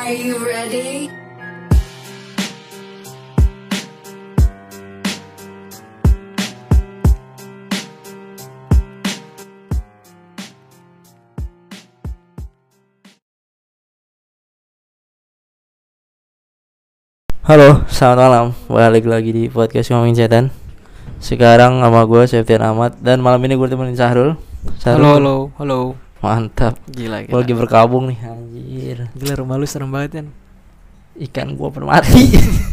Are you ready? Halo, selamat malam. Balik lagi di podcast Ngomongin Setan. Sekarang sama gue Septian Ahmad. Dan malam ini gue temenin Sahrul. Halo. Mantap. Gila. Gue lagi berkabung nih. Anjir. Gila, rumah lu serem banget kan. Ikan gue pada mati.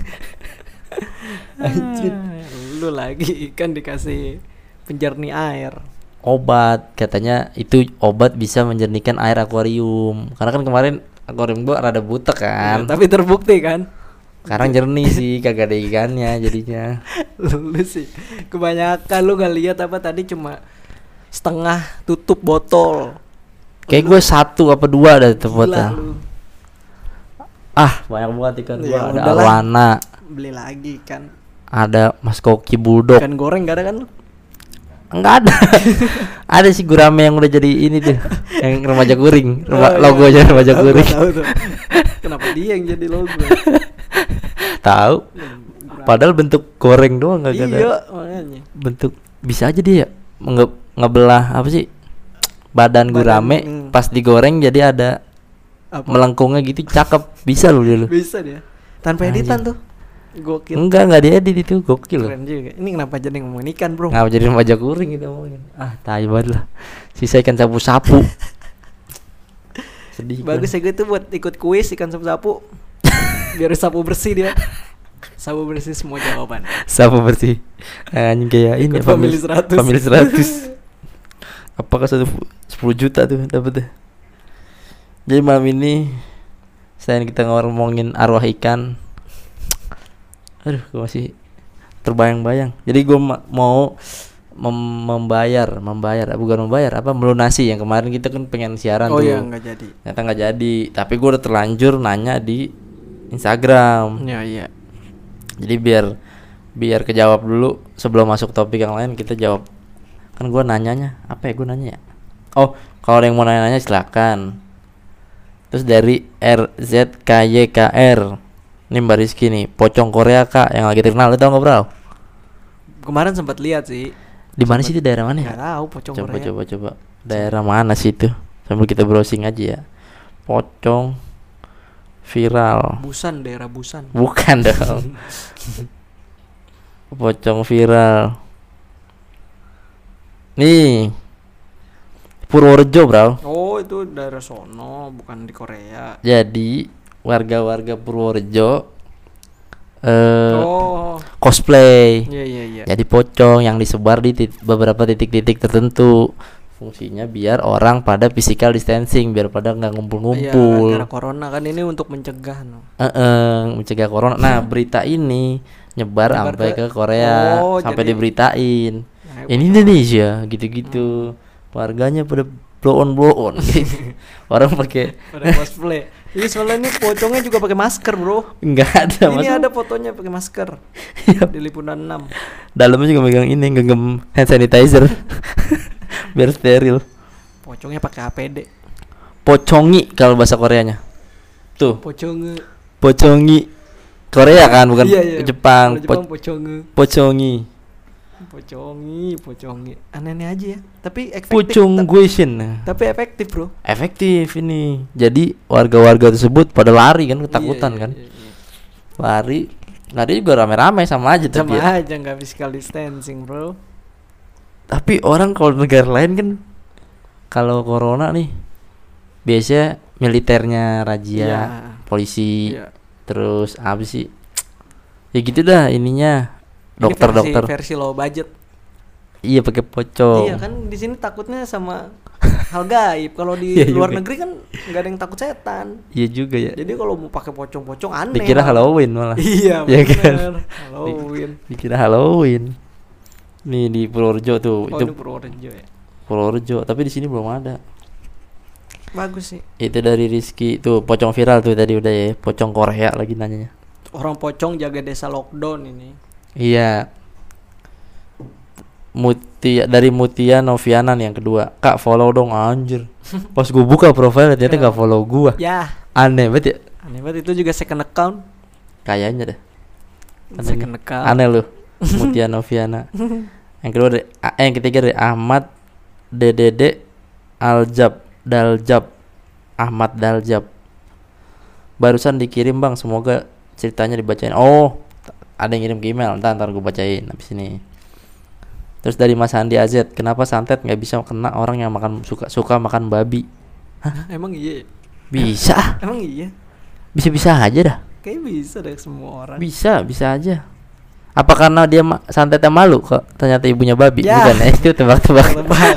Anjir. Lu lagi ikan dikasih penjernih air. Obat. Katanya itu obat bisa menjernihkan air akuarium. Karena kan kemarin akuarium gue rada butek kan. Ya, tapi terbukti kan. Sekarang jernih sih, kagak ada ikannya jadinya. Lu sih kebanyakan lu gak lihat apa tadi, cuma setengah tutup botol. Kayak gue 1 apa 2 ada tempatnya. Lu. Banyak banget ikan gue. Ya, Ada udahlah. arwana, Beli lagi kan. ada maskoki bulldog. Ikan goreng gak ada kan lu? Enggak ada. Ada sih gurame yang udah jadi ini tuh, yang remaja kuring. Logonya remaja kuring. Tahu tuh. Kenapa dia yang jadi logo? Tahu. Padahal bentuk goreng doang, enggak ada. Iya, makanya. Bentuk bisa aja dia ngebelah apa sih? Badan gurame pas digoreng jadi ada Apa? melengkungnya gitu, cakep. Bisa lu dia lu. Bisa dia. Tanpa Anjing. editan tuh. Gokil. Enggak diedit itu, gokil loh. Keren juga. Ini kenapa jadi ngomongin ikan, bro? Ngapa jadi remaja kuring gitu ngomongin. Tai banget lah. Sisa ikan sapu-sapu. Sedih. Bagus ya gue tuh buat ikut kuis ikan sapu-sapu. Biar sapu bersih dia. Sapu bersih semua jawaban. Sapu bersih. Anjing kayak ini Ikut family 100. Family 100. Apakah 10 juta tuh dapetnya. Jadi malam ini selain kita ngomongin arwah ikan, aduh gue masih terbayang-bayang. Jadi gue mau membayar melunasi yang kemarin kita kan pengen siaran tuh. Oh iya, nggak jadi. Ternyata nggak jadi. Tapi gue udah terlanjur nanya di Instagram. Iya. Jadi biar kejawab dulu sebelum masuk topik yang lain, kita jawab. Kan gue nanyanya apa ya, gue nanya ya. Oh, kalau ada yang mau nanya silakan. Terus dari RZKYKR, ini Mbak Rizky nih, pocong Korea kak yang lagi terkenal, lu tau nggak bro? Kemarin sempat lihat sih. Di mana sih itu, daerah mana ya? Nggak tahu pocong Korea. Coba daerah mana sih itu? Sambil kita browsing aja ya. Pocong viral. Daerah Busan. Bukan dong. Pocong viral. Nih, Purworejo bro. Oh, itu daerah sono, bukan di Korea. Jadi warga-warga Purworejo Cosplay. cosplay. Iya. Jadi pocong yang disebar di beberapa titik-titik tertentu. Fungsinya biar orang pada physical distancing, biar pada nggak ngumpul-ngumpul. Iya, karena corona kan, ini untuk mencegah. Mencegah corona. Nah, berita ini nyebar sampai ke Korea, sampai jadi diberitain. Nah, Ini Indonesia gitu-gitu. Warganya pada blow on. Orang pakai pada cosplay. Ini soalnya ini pocongnya juga pakai masker, bro. enggak ada. Ini masa- ada fotonya pakai masker. Di liputan 6. Dalamnya juga megang ini, genggam hand sanitizer. Biar steril. Pocongnya pakai APD. Pocongi kalau bahasa Koreanya. Tuh, Poconge. pocongi. Korea kan, bukan Iya. Jepang. Kalau Jepang poconge. Pocongi. Pocongi. Aneh-aneh aja ya. Tapi efektif. Pucungguisin. Tapi efektif, bro. Efektif ini. Jadi warga-warga tersebut pada lari kan, ketakutan Iya, kan. iya. Lari juga rame-rame sama aja tapi Sama ya. aja nggak physical distancing, bro. Tapi orang kalau negara lain kan, kalau corona nih biasanya militernya razia, Iya. polisi, Iya. terus apa sih? Ya gitu dah ininya. Ini Dokter-dokter. versi low budget. Iya pakai pocong. Iya kan, di sini takutnya sama hal gaib. Kalau di Iya luar juga. negeri kan nggak ada yang takut setan. Iya juga ya. Jadi kalau mau pakai pocong-pocong aneh. Dikira malah. Halloween malah. Iya, Iya bener. kan? Halloween. Dikira Halloween. Nih di Purworejo tuh, Oh, itu ini Purworejo ya. Purworejo, tapi di sini belum ada. Bagus sih. Itu dari Rizky tuh, pocong viral tuh tadi udah ya, pocong Korea lagi nanyanya. Orang pocong jaga desa lockdown ini. Iya. Dari Mutia Novianan yang kedua. Kak follow dong anjir. Pas gue buka profile ternyata gak follow gua. Ya, Aneh banget ya. Aneh banget, itu juga second account. Kayaknya deh. Second account. Aneh lu. Mutia Noviana. Yang kedua yang ketiga dari Ahmad DDD Daljab. Ahmad Daljab. Barusan dikirim bang, semoga ceritanya dibacain. Oh, ada yang ngirim ke email, ntar gue bacain habis ini. Terus dari Mas Andi AZ, kenapa santet nggak bisa kena orang yang suka makan babi? Hah? Emang iya? Bisa. Emang iya? Bisa aja dah. Kayak bisa deh semua orang. Bisa aja. Apa karena dia santetnya malu kok ternyata ibunya babi? Ya. Bukan, itu tebak-tebak.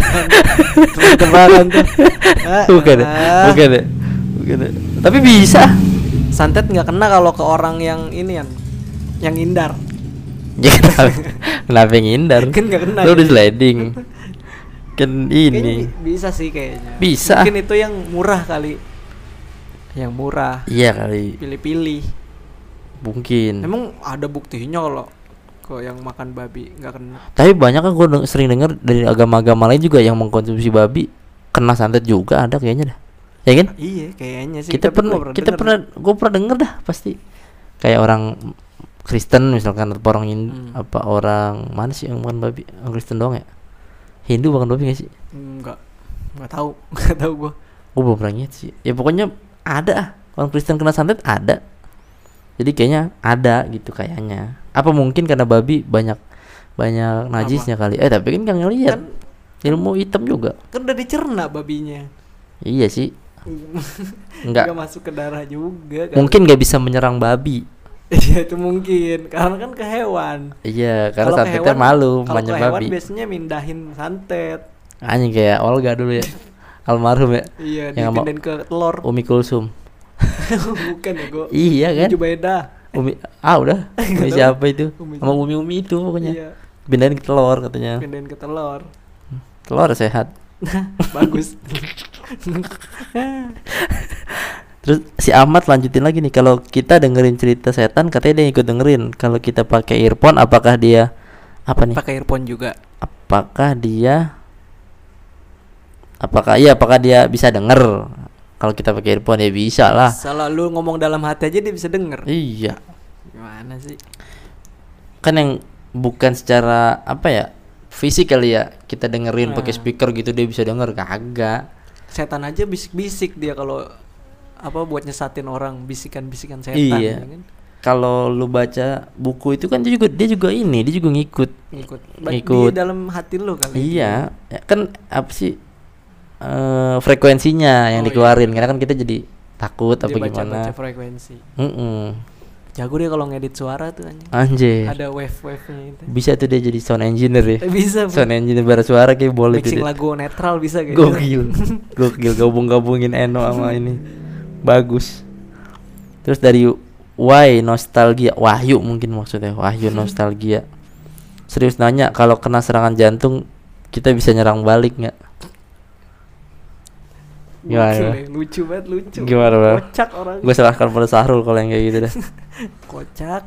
Tebakan tuh. Bukan deh. Tapi bisa. Santet nggak kena kalau ke orang yang ini yang ngindar. Ya kenapa ngindar? Kan nggak kena. Lu udah sliding. Kan ini. Kayaknya bisa sih kayaknya. Bisa. Mungkin itu yang murah kali. Yang murah. Iya kali. Pilih-pilih. Mungkin. Emang ada buktinya kalau yang makan babi nggak kena. Tapi banyak kan gue sering dengar dari agama-agama lain juga yang mengkonsumsi babi kena santet juga ada kayaknya dah. Ya kan? Iya, kayaknya sih. Gue pernah denger dah pasti. Kayak orang Kristen misalkan atau orang apa orang mana sih yang makan babi? Orang Kristen doang ya? Hindu makan babi gak sih? Enggak tahu gue. Gue belum pernah lihat sih. Ya pokoknya ada orang Kristen kena santet ada. Jadi kayaknya ada gitu kayaknya. Apa mungkin karena babi banyak najisnya kali? Tapi kan nggak ngeliat. Kan, ilmu hitam juga. Kan udah dicerna babinya. Iya sih. Enggak masuk ke darah juga kan? Mungkin nggak bisa menyerang babi. Iya itu mungkin karena kan ke hewan. Iya karena kalo santetnya malu banyak babi. Kalau hewan biasanya mindahin santet. Anjing kayak Olga dulu ya. Almarhum ya. Iya yang dipindahin ke telur. Umi Kulsum. Bukan ya gue. Iya kan. Beda. Udah. Umi siapa itu? Sama Umi itu pokoknya. Iya. Pindahin ke telur katanya. Pindahin ke telur. Telur sehat. Bagus. Terus si Ahmad lanjutin lagi nih, kalau kita dengerin cerita setan katanya dia ikut dengerin. Kalau kita pakai earphone apakah dia apa nih? Pakai earphone juga. Apakah dia bisa denger? Kalau kita pakai earphone ya bisa lah. Salah lu ngomong dalam hati aja dia bisa denger. Iya. Gimana sih? Kan yang bukan secara apa ya? Fisik kali ya. Kita dengerin pakai speaker gitu dia bisa denger, kagak. Setan aja bisik-bisik dia kalau buat nyesatin orang, bisikan-bisikan setan. Iya. Kan? Kalau lu baca buku itu kan dia juga ngikut di dalam hati lu kali. Iya. Ya, kan apa sih frekuensinya yang dikeluarin. Karena kan kita jadi takut dia apa gimana. Baca frekuensi. Jago dia kalau ngedit suara tuh anjir. Ada wave-wave-nya itu. Bisa tuh dia jadi sound engineer ya. Bisa. Sound engineer bara suara kayak boleh mixing lagu netral bisa kayak. Gokil gabungin Eno sama ini. Bagus. Terus dari Nostalgia, Wahyu mungkin maksudnya, Wahyu Nostalgia. Serius nanya, kalau kena serangan jantung kita bisa nyerang balik enggak? Gimana? Lucu banget. Gimana? Kocak orang. Gue serahkan pada Sahrul kalau yang kayak gitu dah. Kocak.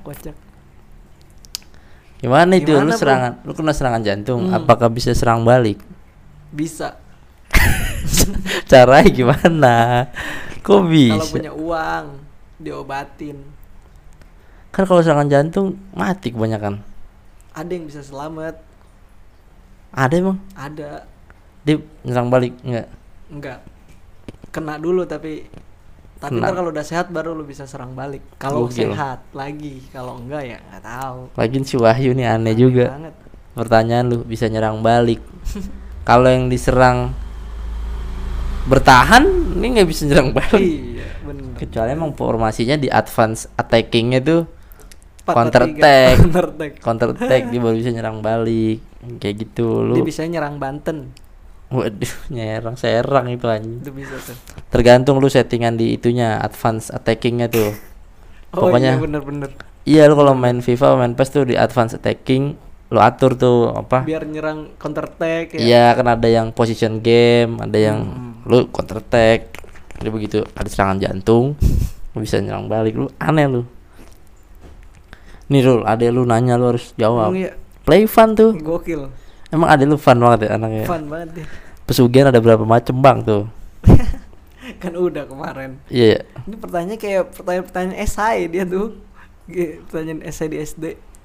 Gimana itu? Lu kena serangan jantung, apakah bisa serang balik? Bisa. Caranya gimana? Kok bisa? Kalau punya uang, diobatin. Kan kalau serangan jantung mati kebanyakan. Ada yang bisa selamat. Ada emang? Ada. Dia nyerang balik Enggak. Kena dulu tapi ntar kalau udah sehat baru lu bisa serang balik. Kalau sehat lagi, kalau enggak ya nggak tahu. Lagian si Wahyu nih aneh juga. Banget. Pertanyaan lu bisa nyerang balik. Kalau yang diserang bertahan, ini nggak bisa nyerang balik. Iya, bener. Kecuali emang formasinya di advance attackingnya tuh counter attack dia baru bisa nyerang balik. Kayak gitu lu. Dia bisa nyerang Banten. Waduh, serang itu anjing. Itu bisa tuh. Tergantung lu settingan di itunya, advance attackingnya tuh. Pokoknya iya bener. Iya, lu kalau main FIFA, main PES tuh di advance attacking, lu atur tuh apa? Biar nyerang counter attack ya. Iya, kan ada yang position game, ada yang lu counter attack. Jadi begitu ada serangan jantung, lu bisa nyerang balik. Lu aneh lu. Nih Rul, ada lu nanya lu harus jawab. Iya. Play fun tuh. Gokil. Emang ada lu fun banget ya anaknya. Fun banget deh. Pesugihan ada berapa macam bang tuh? Kan udah kemarin. Iya. Ini pertanyaannya kayak pertanyaan esai dia tuh. Pertanyaan esai di SD.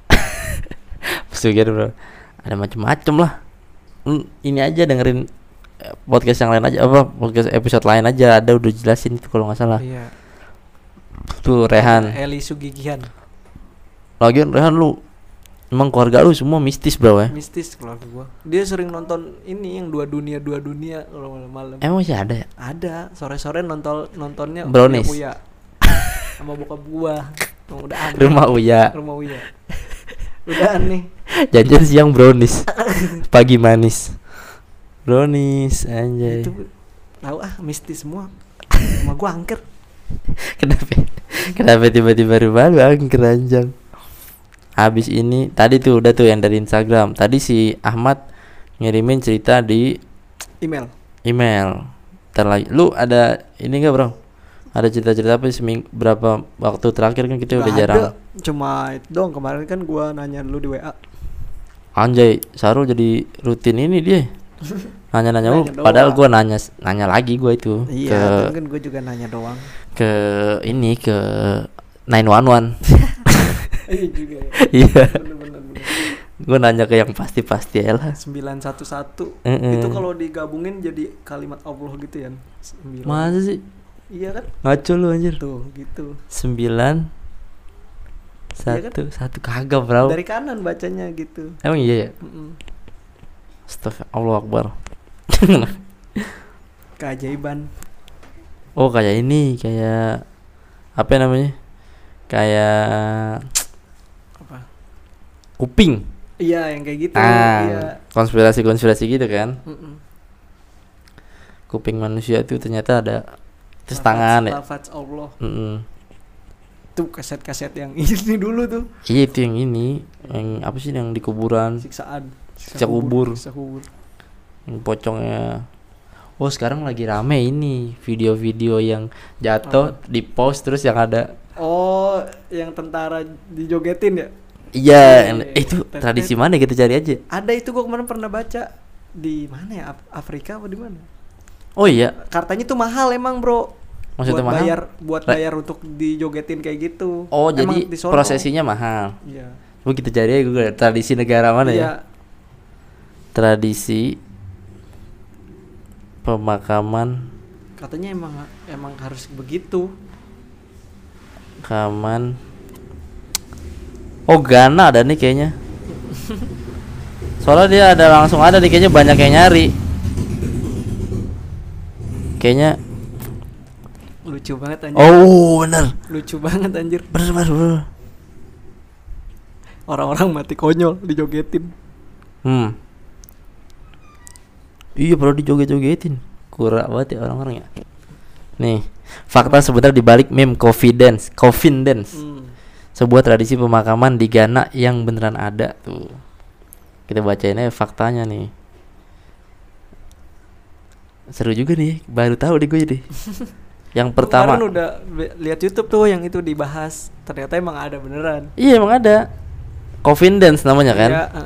Pikir bro, ada macem-macem lah. Ini aja dengerin podcast yang lain aja, apa podcast episode lain aja, ada udah jelasin itu kalau nggak salah. Iya. Tuh Rehan. Eli Sugigihan. Lagian Rehan lu, emang keluarga lu semua mistis bro ya? Mistis keluarga gua. Dia sering nonton ini yang dua dunia kalau malam-malam. Emang masih ada ya? Ada, sore-sore nontonnya Brownies. Uya. Sama bokap gua. Udah aneh. Rumah Uya. Rumah Uya. Udah aneh. Jajan siang brownies, pagi manis. Brownies anjay. Itu tahu mistis semua. Rumah gua angker. Kenapa tiba-tiba rumah lu angker anjang? Habis ini tadi tuh udah tuh yang dari Instagram. Tadi si Ahmad ngirimin cerita di email. Ntar lagi. Lu ada ini enggak, Bro? Ada cerita-cerita apa berapa waktu terakhir kan kita udah jarang. Ada. Cuma itu doang, kemarin kan gua nanya lu di WA. Anjay, Sarul jadi rutin ini dia. Nanya-nanya lu, padahal gua nanya lagi gua itu. Iya, kan gua juga nanya doang. Ke 911. Iya juga ya. Iya. Bener. Gue nanya ke yang pasti-pasti ya lah. 911. Itu kalau digabungin jadi kalimat Allah gitu ya. Masa sih? Iya kan? Ngaco lu anjir. Tuh, gitu. 9 Iya kan? satu kagak bro. Dari kanan bacanya gitu. Emang iya ya? Astagfirullah Akbar. Keajaiban. Oh kayak ini, kayak apa namanya? Kayak apa? Kuping. Iya yang kayak gitu. Iya. Konspirasi gitu kan? Kuping manusia itu ternyata ada tangan ya. Lafaz Allah. Tuh kaset-kaset yang ini dulu tuh. Iya itu yang ini, yang apa sih yang di kuburan? Siksa kubur. Yang pocongnya. Oh sekarang lagi rame ini video-video yang jatuh di post terus yang ada. Oh yang tentara dijogetin ya? Iya, itu tradisi mana kita cari aja. Ada itu gua kemarin pernah baca di mana ya? Afrika apa di mana? Oh iya. Katanya tuh mahal emang bro. Maksudnya mahal? Buat bayar untuk dijogetin kayak gitu. Oh emang jadi prosesinya mahal. Iya. Coba kita cari aja Google tradisi negara mana ya? Tradisi pemakaman. Katanya emang harus begitu. Kaman. Oh Ghana ada nih kayaknya. Soalnya dia ada langsung ada nih kayaknya banyak yang nyari. Kayaknya lucu banget anjir. Oh bener. Lucu banget anjir. Bener. Orang-orang mati konyol dijogetin. Iya perlu dijoget-jogetin. Kurang banget ya orang-orang ya. Nih, fakta sebentar dibalik meme coffin dance. Sebuah tradisi pemakaman di Ghana yang beneran ada tuh. Kita bacain aja faktanya nih. Seru juga nih, baru tahu deh gue jadi. Yang pertama. Kemarin udah lihat YouTube tuh yang itu dibahas. Ternyata emang ada beneran. Iya emang ada. Coffin dance namanya kan? Iya,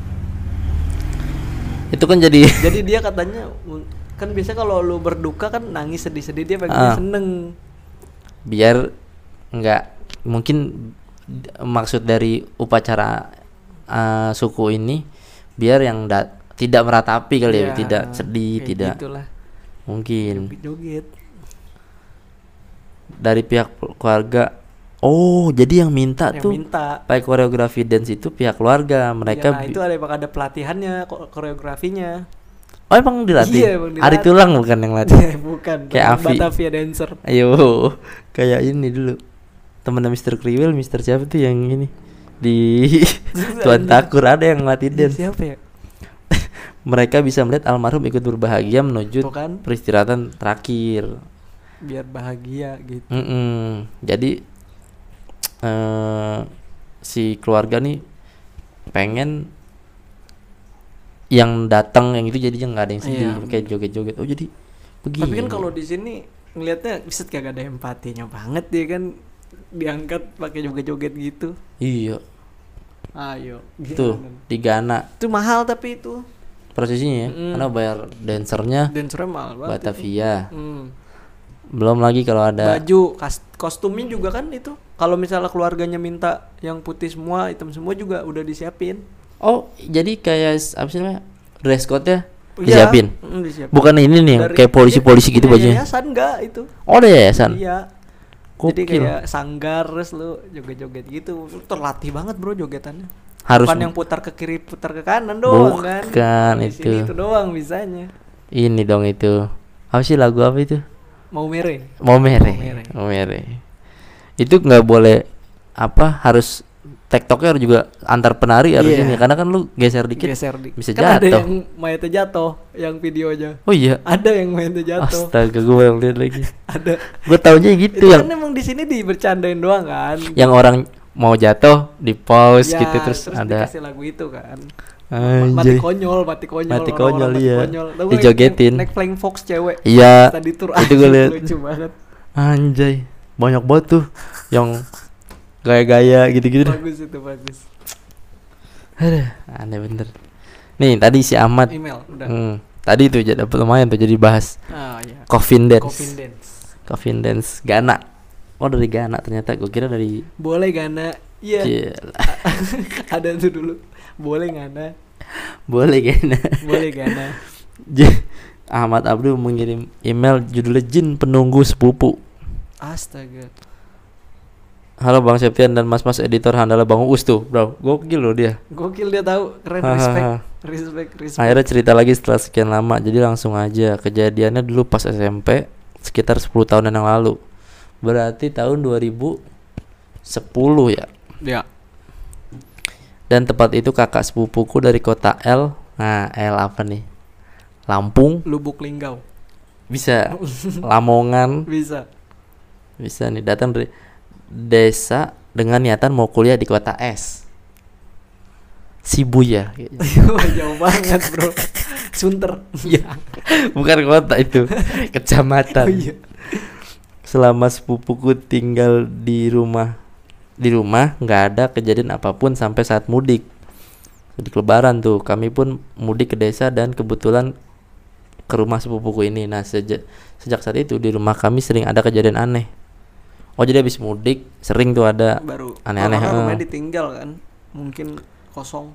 Itu kan jadi dia katanya kan biasa kalau lu berduka kan nangis sedih-sedih, dia pengennya seneng. Biar enggak mungkin maksud dari upacara suku ini biar yang tidak meratapi kali ya, tidak sedih, tidak gitulah. Mungkin joget dari pihak keluarga. Oh jadi yang minta pakai koreografi dance itu pihak keluarga mereka. Nah itu ada pelatihannya, koreografinya. Oh emang dilatih? Iya, emang dilatih. Ari Tulang bukan yang latih. Bukan. Kayak Avi. Batavia dancer. Ayo, kayak ini dulu. Temennya Mr. Kriwil, Mr. siapa tuh yang ini di Tuan Takur ada yang latih dance. Siapa ya? Mereka bisa melihat almarhum ikut berbahagia menuju peristirahatan terakhir. Biar bahagia gitu. Jadi si keluarga nih pengen yang datang yang itu jadinya nggak ada yang sedih, kayak joget-joget. Oh jadi begini. Tapi kan kalau di sini ngelihatnya bisa kagak ada empatinya banget dia kan, diangkat pakai joget-joget gitu. Iya. Ayo. Tuh di Ghana. Itu mahal tapi itu prosesinya ya, karena bayar dancernya mahal banget. Batavia. Belum lagi kalau ada baju, kostumnya juga kan itu. Kalau misalnya keluarganya minta yang putih semua, hitam semua juga udah disiapin. oh jadi kayak apa sih namanya dress code-nya Iya, disiapin. disiapin. Bukan ini nih Dari- kayak polisi-polisi gitu punya bajunya. Yayasan enggak itu. Oh ada yayasan. Iya. Jadi Gokil. kayak sanggar terus lu joget-joget gitu. Lu terlatih banget bro jogetannya. Harus Bukan yang putar ke kiri, putar ke kanan doang kan. Bukan Di sini itu. itu doang bisanya. Ini dong itu. Apa sih lagu apa itu? Mau mere. Mau mere. Mau mere. Mau mere. Itu nggak boleh apa harus tektoknya harus juga antar penari harus Iya. ini karena kan lu geser dikit Geser bisa kan ada jatuh. yang mayatnya jatuh, yang videonya. Oh iya. Ada yang mayatnya jatuh. Astaga gue belum lihat lagi. Ada. Gue taunya gitu Itu yang kan emang di sini dibercandain doang kan. yang orang mau jatuh di pause Ya, gitu terus ada dikasih lagu itu kan. anjay. Mati konyol, mati konyol. Mati orang-orang konyol, mati iya. konyol. Tahu nggak Dijogetin. Naik Flying Fox cewek. Iya. Tadi tur Itu gue lihat. lucu banget. Anjay. Banyak banget tuh yang gaya-gaya gitu-gitu dah. Bagus itu bagus. Aduh, aneh bener. Nih tadi si Ahmad Email udah. tadi tuh dapat lumayan tuh jadi bahas Ah iya. Coffin Dance. Coffin dance. Coffin Dance Ghana. Oh dari Ghana ternyata gue kira dari Boleh Gana. Iya. Gila. Ada tuh dulu. Boleh Gana. Boleh Ghana. Boleh Gana. Ahmad Abdul mengirim email judulnya Jin Penunggu Sepupu. Astaga. Halo Bang Septian dan Mas-mas editor Handala Bang Uus tuh, bro. Gokil loh dia. Gokil dia tahu. Keren Hahaha. respect. Akhirnya cerita lagi setelah sekian lama. Jadi langsung aja. Kejadiannya dulu pas SMP sekitar 10 tahun yang lalu. Berarti tahun 2010 ya. Ya. Dan tepat itu kakak sepupuku dari kota L. Nah, L apa nih? Lampung. Lubuk Linggau. Bisa. Lamongan. Bisa. Bisa nih datang dari desa dengan niatan mau kuliah di kota S. Shibuya. Wah, jauh banget, Bro. Sunter. Iya. Bukan kota itu, kecamatan. Oh iya. Selama sepupuku tinggal di rumah nggak ada kejadian apapun sampai saat mudik. Mudik Lebaran tuh, kami pun mudik ke desa dan kebetulan ke rumah sepupuku ini. Nah, sejak saat itu di rumah kami sering ada kejadian aneh. Oh, jadi habis mudik sering tuh ada Baru aneh-aneh. orang rumahnya ditinggal kan. Mungkin kosong.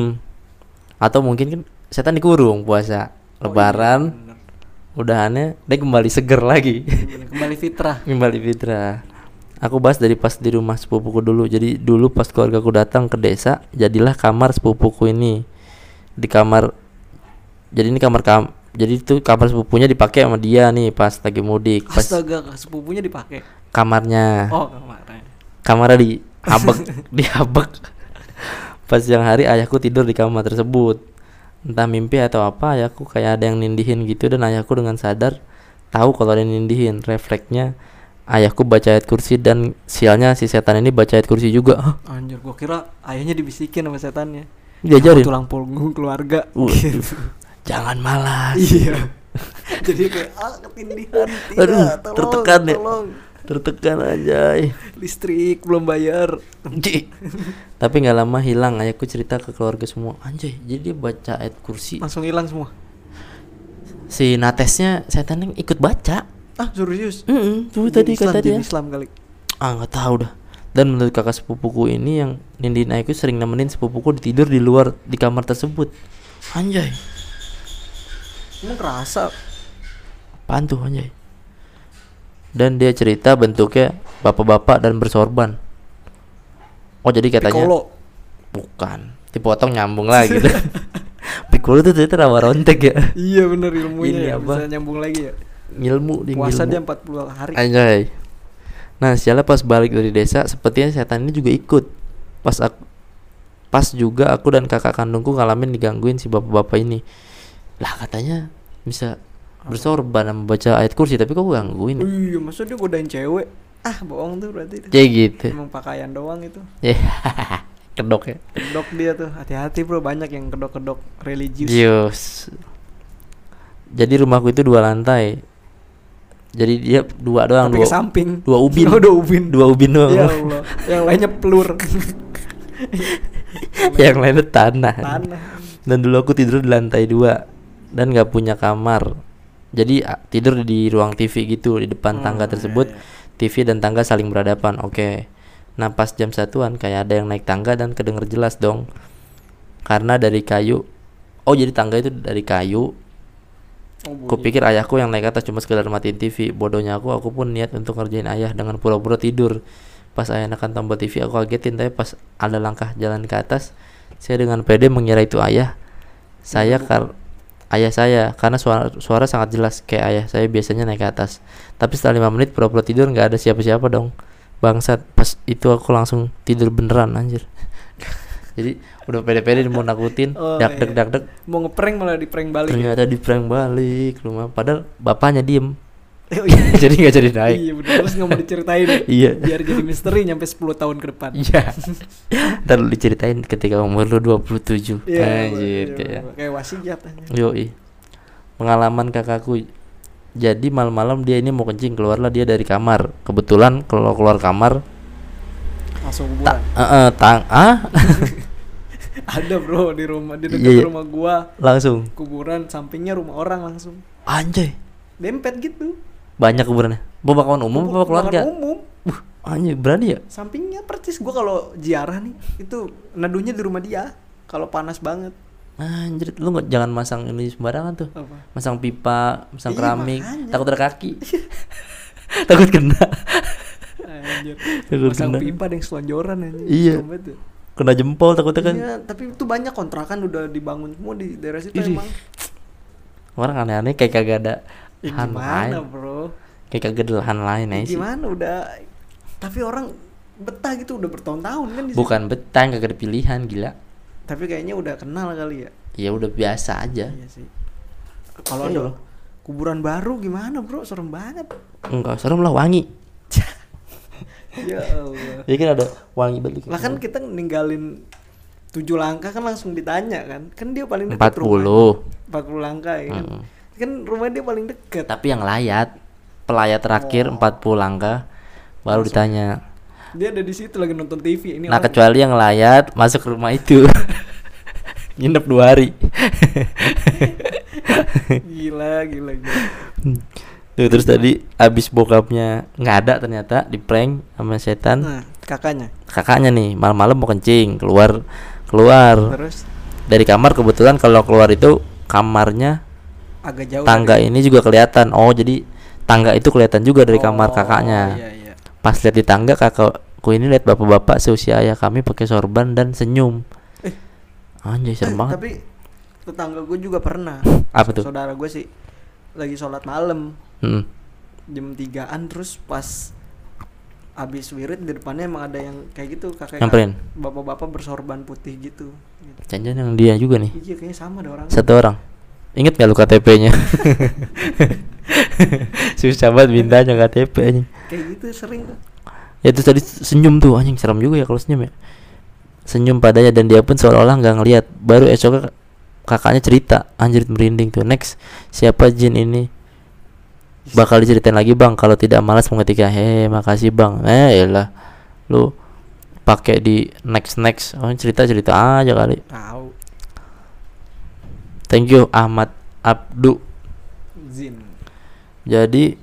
Atau mungkin kan setan dikurung puasa Lebaran. Iya, Udahannya dia kembali seger lagi. bener. Kembali fitrah. Kembali fitrah. Aku bahas dari pas di rumah sepupuku dulu. Jadi dulu pas keluargaku datang ke desa, jadilah kamar sepupuku ini. Di kamar. Jadi ini jadi itu kamar sepupunya dipakai sama dia nih pas lagi mudik. Pas Astaga, sepupunya dipakai. kamarnya. Oh, kamarnya. Kamarnya dihabek. Pas siang hari ayahku tidur di kamar tersebut. Entah mimpi atau apa, ayahku kayak ada yang nindihin gitu dan ayahku dengan sadar tahu kalau ada yang nindihin. Refleksnya ayahku baca ayat kursi dan sialnya si setan ini baca ayat kursi juga. Hah? Anjir, gua kira ayahnya dibisikin sama setannya. Diajarin. Tulang punggung keluarga. Waduh. Jangan malas. Iya. Jadi kayak ketindihan. Tidak, Aduh, tolong, tertekan ya. tolong. Tertekan aja. Listrik belum bayar. Tapi nggak lama hilang. Ayahku cerita ke keluarga semua. Anjay, jadi dia baca ayat kursi. Langsung hilang semua. Si Natesnya setan yang ikut baca. Ah, serius? Tuh tadi Islam, kata dia. Islam kali. Nggak tahu dah. Dan menurut kakak sepupuku ini yang nindihin ayahku sering nemenin sepupuku tidur di luar di kamar tersebut. Anjay. Emang kerasa? Apaan tuh anjay? Dan dia cerita bentuknya bapak-bapak dan bersorban. Oh jadi katanya Piccolo. bukan, dipotong nyambung lagi gitu. Piccolo tuh ternyata rawa rontek ya. Iya bener ilmunya Ini ya, apa? bisa nyambung lagi ya. Ilmu di Puasa ilmu. dia 40 hari. Anjay. Nah sialnya pas balik dari desa sepertinya setan ini juga ikut. Pas juga aku dan kakak kandungku ngalamin digangguin si bapak-bapak ini. Lah katanya bisa bersorban sama baca ayat kursi tapi kok gangguin ya? Iya, maksud dia godain cewek. Ah, bohong tuh berarti itu. Ya gitu. Emang pakaian doang itu. Ya kedok ya. Kedok dia tuh. Hati-hati bro, banyak yang kedok-kedok religius. Dios. Jadi rumahku itu 2 lantai. Jadi dia 2 doang. Tapi ke samping. 2 ubin. Oh, 2 ubin. 2 ubin doang. Ya Allah. Yang lainnya pelur. Yang lainnya tanah. Tanah. Dan dulu aku tidur di lantai 2 dan gak punya kamar. Jadi tidur di ruang TV gitu di depan tangga tersebut. Iya. TV dan tangga saling berhadapan. Oke. Nah pas jam 1-an kayak ada yang naik tangga dan kedenger jelas dong. Karena dari kayu. Oh jadi tangga itu dari kayu. Kupikir ayahku yang naik atas cuma sekedar matiin TV. Bodohnya aku pun niat untuk ngerjain ayah dengan pura-pura tidur. Pas ayah nekan tombol TV aku kagetin, tapi pas ada langkah jalan ke atas, saya dengan pede mengira itu ayah. Ayah saya karena suara sangat jelas kayak ayah saya biasanya naik ke atas. Tapi setelah 5 menit pura-pura tidur nggak ada siapa-siapa dong. Bangsat, pas itu aku langsung tidur beneran anjir. Jadi udah pede-pede mau nakutin, dak mau ngeprank malah di-prank balik. Ternyata di-prank balik rumah. Padahal bapaknya diem. Oh, iya. Jadi nggak jadi naik. Iya bener, terus nggak mau diceritain. Iya. Biar jadi misteri nyampe 10 tahun ke depan. Iya. Ntar lu diceritain ketika umur lu 27. Anjir kayak wasiat aja. Yoi. Pengalaman kakakku. Jadi malam-malam dia ini mau kencing, keluarlah dia dari kamar. Kebetulan kalau keluar kamar langsung kuburan. Ada bro di rumah, di dekat rumah gua. Langsung kuburan, sampingnya rumah orang langsung. Anjay. Dempet gitu. Banyak kuburannya. Pemakaman umum apa keluarga? Umum. Anjay, berani ya? Sampingnya percis gua kalau ziarah nih, itu neduhnya di rumah dia. Kalau panas banget. Anjir, lu jangan masang ini sembarangan tuh. Apa? Masang pipa, masang keramik, makanya. takut ada kaki. Takut kena. Anjir. Takut Masang kena. pipa ada yang selonjoran anjir. Iya. Kena jempol takutnya kan. Iya, tapi itu banyak kontrakan udah dibangun semua di daerah situ. Ih. Emang. Orang aneh-aneh kayak kagak ada lahan Gimana lain. bro? Kayak kagak ada lahan lain aja sih. Gimana udah, tapi orang betah gitu udah bertahun-tahun kan di Bukan betah, kagak ada pilihan, gila. Tapi kayaknya udah kenal kali ya. Ya udah biasa aja. Iya sih. Kalau Iya ada loh. kuburan baru gimana bro? Serem banget. Enggak, serem lah, wangi. Ya Allah. Ya kan ada wangi banget. Lah kan kita ninggalin 7 langkah kan langsung ditanya kan. Kan dia paling dekat 40. 40 langkah ya kan. Kan rumah dia paling dekat. Tapi yang pelayat terakhir 40 langkah baru ditanya. Dia ada di situ lagi nonton TV. Ini Nah, orang kecuali yang layat masuk ke rumah itu. Nginep 2 hari. gila. Tuh, terus tadi abis bokapnya nggak ada ternyata di prank sama setan. Nah, Kakaknya nih malam-malam mau kencing, keluar terus dari kamar. Kebetulan kalau keluar itu kamarnya agak jauh tangga dari... ini juga kelihatan. Oh jadi tangga itu kelihatan juga dari kamar kakaknya. Iya. Pas lihat di tangga, kakakku ini lihat bapak-bapak seusia ayah kami pakai sorban dan senyum. Anjay, serem banget. Tapi tetangga gue juga pernah. Apa tuh? Saudara gue sih lagi sholat malam jam 3-an, terus pas abis wirid di depannya emang ada yang kayak gitu, Nyamperin? bapak-bapak bersorban putih gitu. Jangan yang dia juga nih. Iya kayaknya sama ada orang. Satu orang. Ingat gak lu KTP-nya? Susah banget mintanya KTP anjing. Kayak gitu sering tuh. Ya terus tadi senyum tuh, anjing serem juga ya kalau senyum ya. Senyum padanya dan dia pun seolah-olah nggak ngelihat. Baru esoknya kakaknya cerita, anjir merinding tuh. Next, siapa jin ini? Bakal diceritain lagi bang, kalau tidak malas mengetika. Makasih bang. Elah, lu pakai di next. Oh cerita aja kali. Tahu. Thank you Ahmad Abdu. Zin. Jadi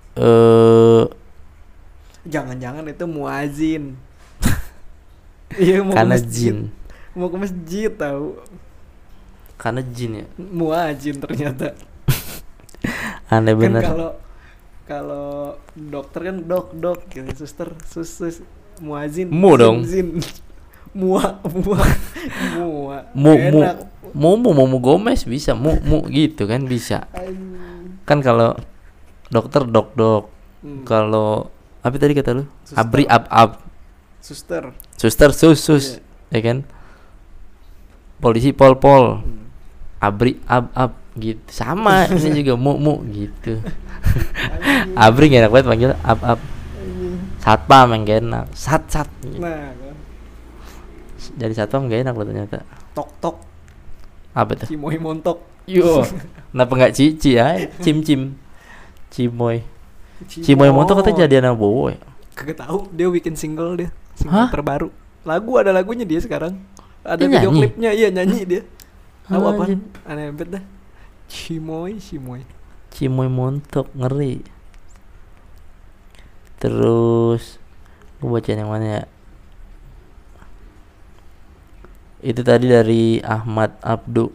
jangan-jangan itu muazin. Iya mau karena ke masjid. jin. Mau ke masjid tahu. Karena jin ya. Muazin ternyata. Aneh bener. Kan kalau dokter kan dok gitu, suster sus muazin. Mu dong. Zin. Mua. Mu Gomez bisa mu gitu kan bisa. Kan kalau dokter dok. Kalau apa tadi kata lu? Suster. Abri ab. Suster sus. Ya kan? Polisi pol. Abri ab gitu. Sama ini juga mu gitu. Abri gak enak banget panggil ab. Satpam yang gak enak. Sat gitu. Nah, Jadi satpam gak enak loh ternyata. tok. Apa tuh? Cimoy montok. Yo. Kenapa enggak cici ya? Cim. Cimoy montok katanya jadian sama Bowo ya? Kagak tahu, dia bikin single Hah? terbaru. Ada lagunya dia sekarang. Ada Dia video nyanyi? klipnya, iya nyanyi dia. Tahu apa? Anjir. Aneh banget dah. Cimoy. Cimoy montok ngeri. Terus gue bacain yang mana ya? Itu tadi dari Ahmad Abdu.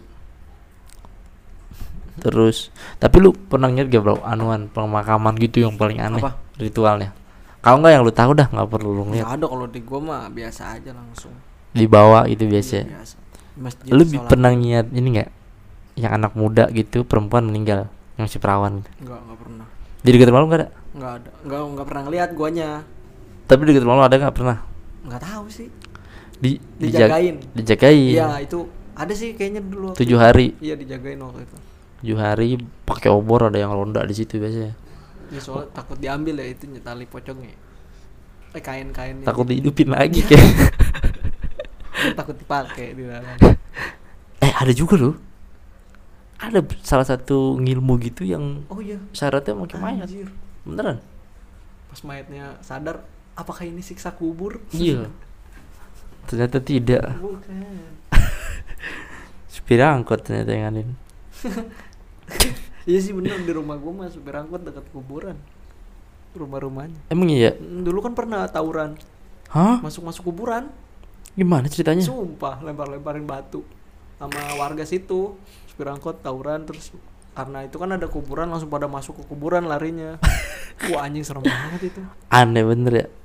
Terus tapi lu pernah ngeliat gak bro anuan pemakaman gitu yang paling aneh? Apa? Ritualnya? Kalau nggak yang lu tahu dah, nggak perlu lu Nggak ngeliat. ada, kalau di gua mah biasa aja langsung. Dibawa gitu biasa. Iya, biasa. Masjid Lu sholat. pernah ngeliat ini nggak? Yang anak muda gitu perempuan meninggal, yang si perawan gitu. Nggak pernah. Di dekat rumah lu nggak ada? Nggak ada. Nggak pernah ngeliat guanya. Tapi di dekat rumah lu ada nggak pernah? Nggak tahu sih. Dijagain. Iya, itu ada sih kayaknya dulu. 7 hari. Iya, dijagain waktu itu. 7 hari pakai obor, ada yang ronda di situ biasanya. Ya soalnya takut diambil ya itu tali pocongnya. Kain-kainnya. Takut dihidupin lagi kayak. Takut dipakai di dalam. Ada juga loh. Ada salah satu ngilmu gitu yang Oh iya. syaratnya pakai mayat. Anjir. Beneran? Pas mayatnya sadar, apakah ini siksa kubur? Iya. Ternyata tidak. Bukan. Supir angkot ternyata yang nganin. Iya sih bener, di rumah gua mah supir angkot dekat kuburan. Rumah-rumahnya. Emang iya? Dulu kan pernah tawuran. Hah? Masuk-masuk kuburan. Gimana ceritanya? Sumpah, lempar-lemparin batu sama warga situ. Supir angkot tawuran, terus karena itu kan ada kuburan, langsung pada masuk ke kuburan larinya. Wah anjing, serem banget itu. Aneh bener ya.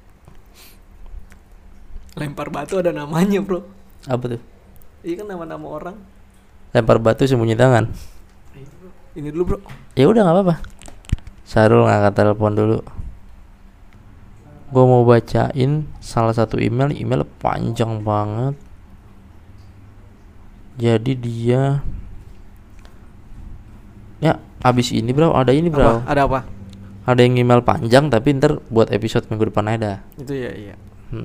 Lempar batu ada namanya bro. Apa tuh? Iya kan nama-nama orang. Lempar batu sembunyi tangan. Ini dulu bro. Ya udah nggak apa-apa. Sarul ngangkat telepon dulu. Gue mau bacain salah satu email panjang banget. Jadi dia ya abis ini bro, ada ini bro. Apa? Ada apa? Ada yang email panjang tapi ntar buat episode minggu depan ada. Itu ya iya.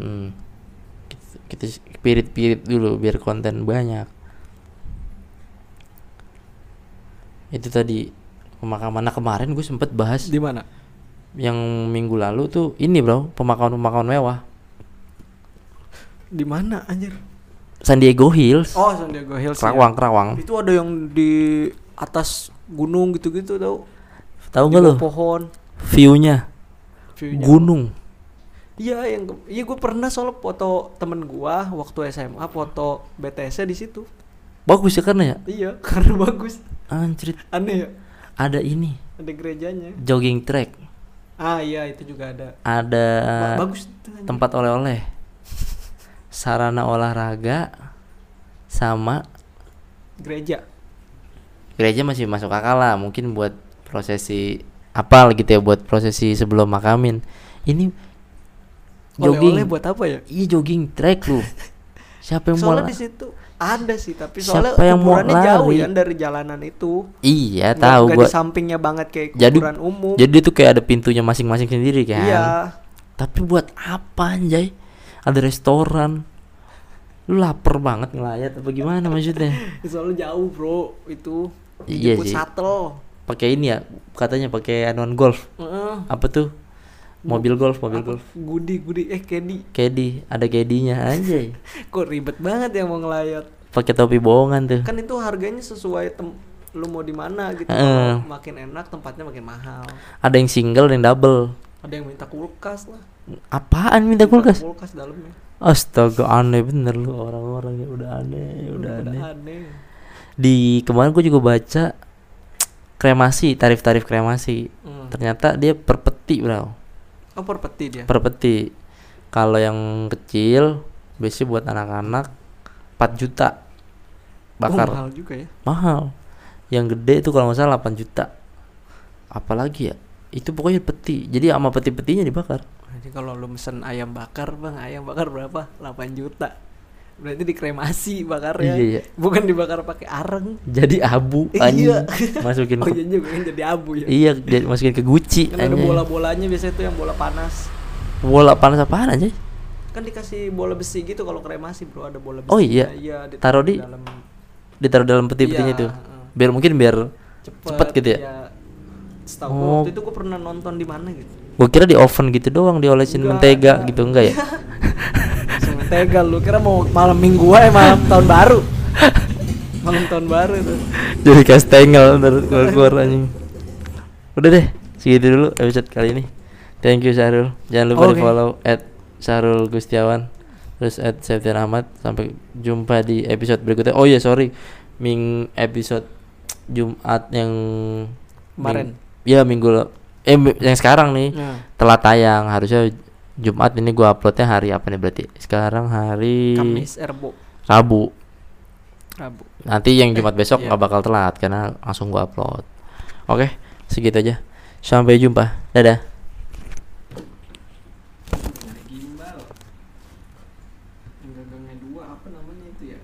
Kita pirit dulu biar konten banyak. Itu tadi pemakaman. Nah kemarin gue sempet bahas Di mana? yang minggu lalu tuh ini bro, pemakaman mewah. Di mana anjir? San Diego Hills. Oh, San Diego Hills. Kerawang. Itu ada yang di atas gunung gitu-gitu tau? Tahu Di nggak lo? bawah pohon. View-nya View-nya. gunung. Iya, iya gue pernah soal foto temen gua waktu SMA, foto BTS-nya di situ. Bagus ya karena ya. Iya, karena bagus. Anjrit. Aneh ya? Ada ini Ada gerejanya. jogging track. Ah iya, itu juga ada. Ada Bagus itu, anjir. tempat oleh-oleh. Sarana olahraga sama Gereja. gereja masih masuk akal lah, mungkin buat prosesi apa gitu ya, buat prosesi sebelum makamin. Ini jogging. Oleh-oleh buat apa ya? Iya jogging track lu. Siapa yang mau? Soalnya di situ ada sih, tapi Siapa soalnya yang mau kuburannya jauh lari? ya dari jalanan itu. Iya Nggak- tahu nggak gua. di sampingnya banget kayak Jadi kuburan umum. Jadi itu kayak ada pintunya masing-masing sendiri kan. Iya. Tapi buat apa anjay? Ada restoran. Lu lapar banget ngelayat apa gimana maksudnya? Soalnya jauh bro, itu Iya dijemput sih. shuttle. Pakai ini ya, katanya pakai anuan golf. Heeh. Apa tuh? Mobil golf. Gudi Caddy, ada caddy-nya anjay. kok ribet banget ya mau ngelayat. Pakai topi bohongan tuh. Kan itu harganya sesuai lu mau di mana gitu. Heeh. Kalau makin enak tempatnya makin mahal. Ada yang single, ada yang double. Ada yang minta kulkas lah. Apaan minta kulkas? Kulkas dalamnya. Astaga, aneh bener lu orang-orangnya udah aneh. Aneh. Di kemarin gue juga baca kremasi, tarif-tarif kremasi. Ternyata dia per peti, bro. Oh, per peti dia. Per peti. Kalau yang kecil biasanya buat anak-anak 4 juta bakar. Oh, mahal juga ya. Mahal. Yang gede itu kalau nggak salah 8 juta. Apalagi ya? Itu pokoknya peti. Jadi sama peti-petinya dibakar. Jadi kalau lu mesen ayam bakar, Bang, ayam bakar berapa? 8 juta. Berarti dikremasi bakarnya. Iya. Bukan dibakar pakai areng. Jadi abu Iya. Masukin Oh ke iya juga kan jadi abu ya. iya, masukin ke guci. Kan ada bola-bolanya biasanya tuh yang bola panas. Bola panas apaan aja? Kan dikasih bola besi gitu kalau kremasi, Bro, ada bola besi. Oh iya. Iya, Taruh di dalam ditaruh dalam peti-petinya Iya, itu. Biar cepet gitu ya. Iya. Setahu Oh. gua waktu itu gua pernah nonton di mana gitu. Gua kira di oven gitu doang diolesin mentega gitu, enggak ya? Mentega lu kira mau malam mingguan malam tahun baru. Malam tahun baru itu. Jadi kastengel ntar keluar anjing. Udah deh, segitu dulu episode kali ini. Thank you Syahrul. Jangan lupa di follow @Syahrul Gustiawan, terus @Septian Ahmad. Sampai jumpa di episode berikutnya. Oh iya sorry, episode Jumat yang Kemarin. yang sekarang nih Nah, telat tayang. Harusnya Jumat, ini gua uploadnya hari apa nih berarti? Sekarang hari Kamis, Rabu. Rabu. Nanti yang Jumat besok iya. nggak bakal telat karena langsung gua upload. Oke, segitu aja. Sampai jumpa. Dadah.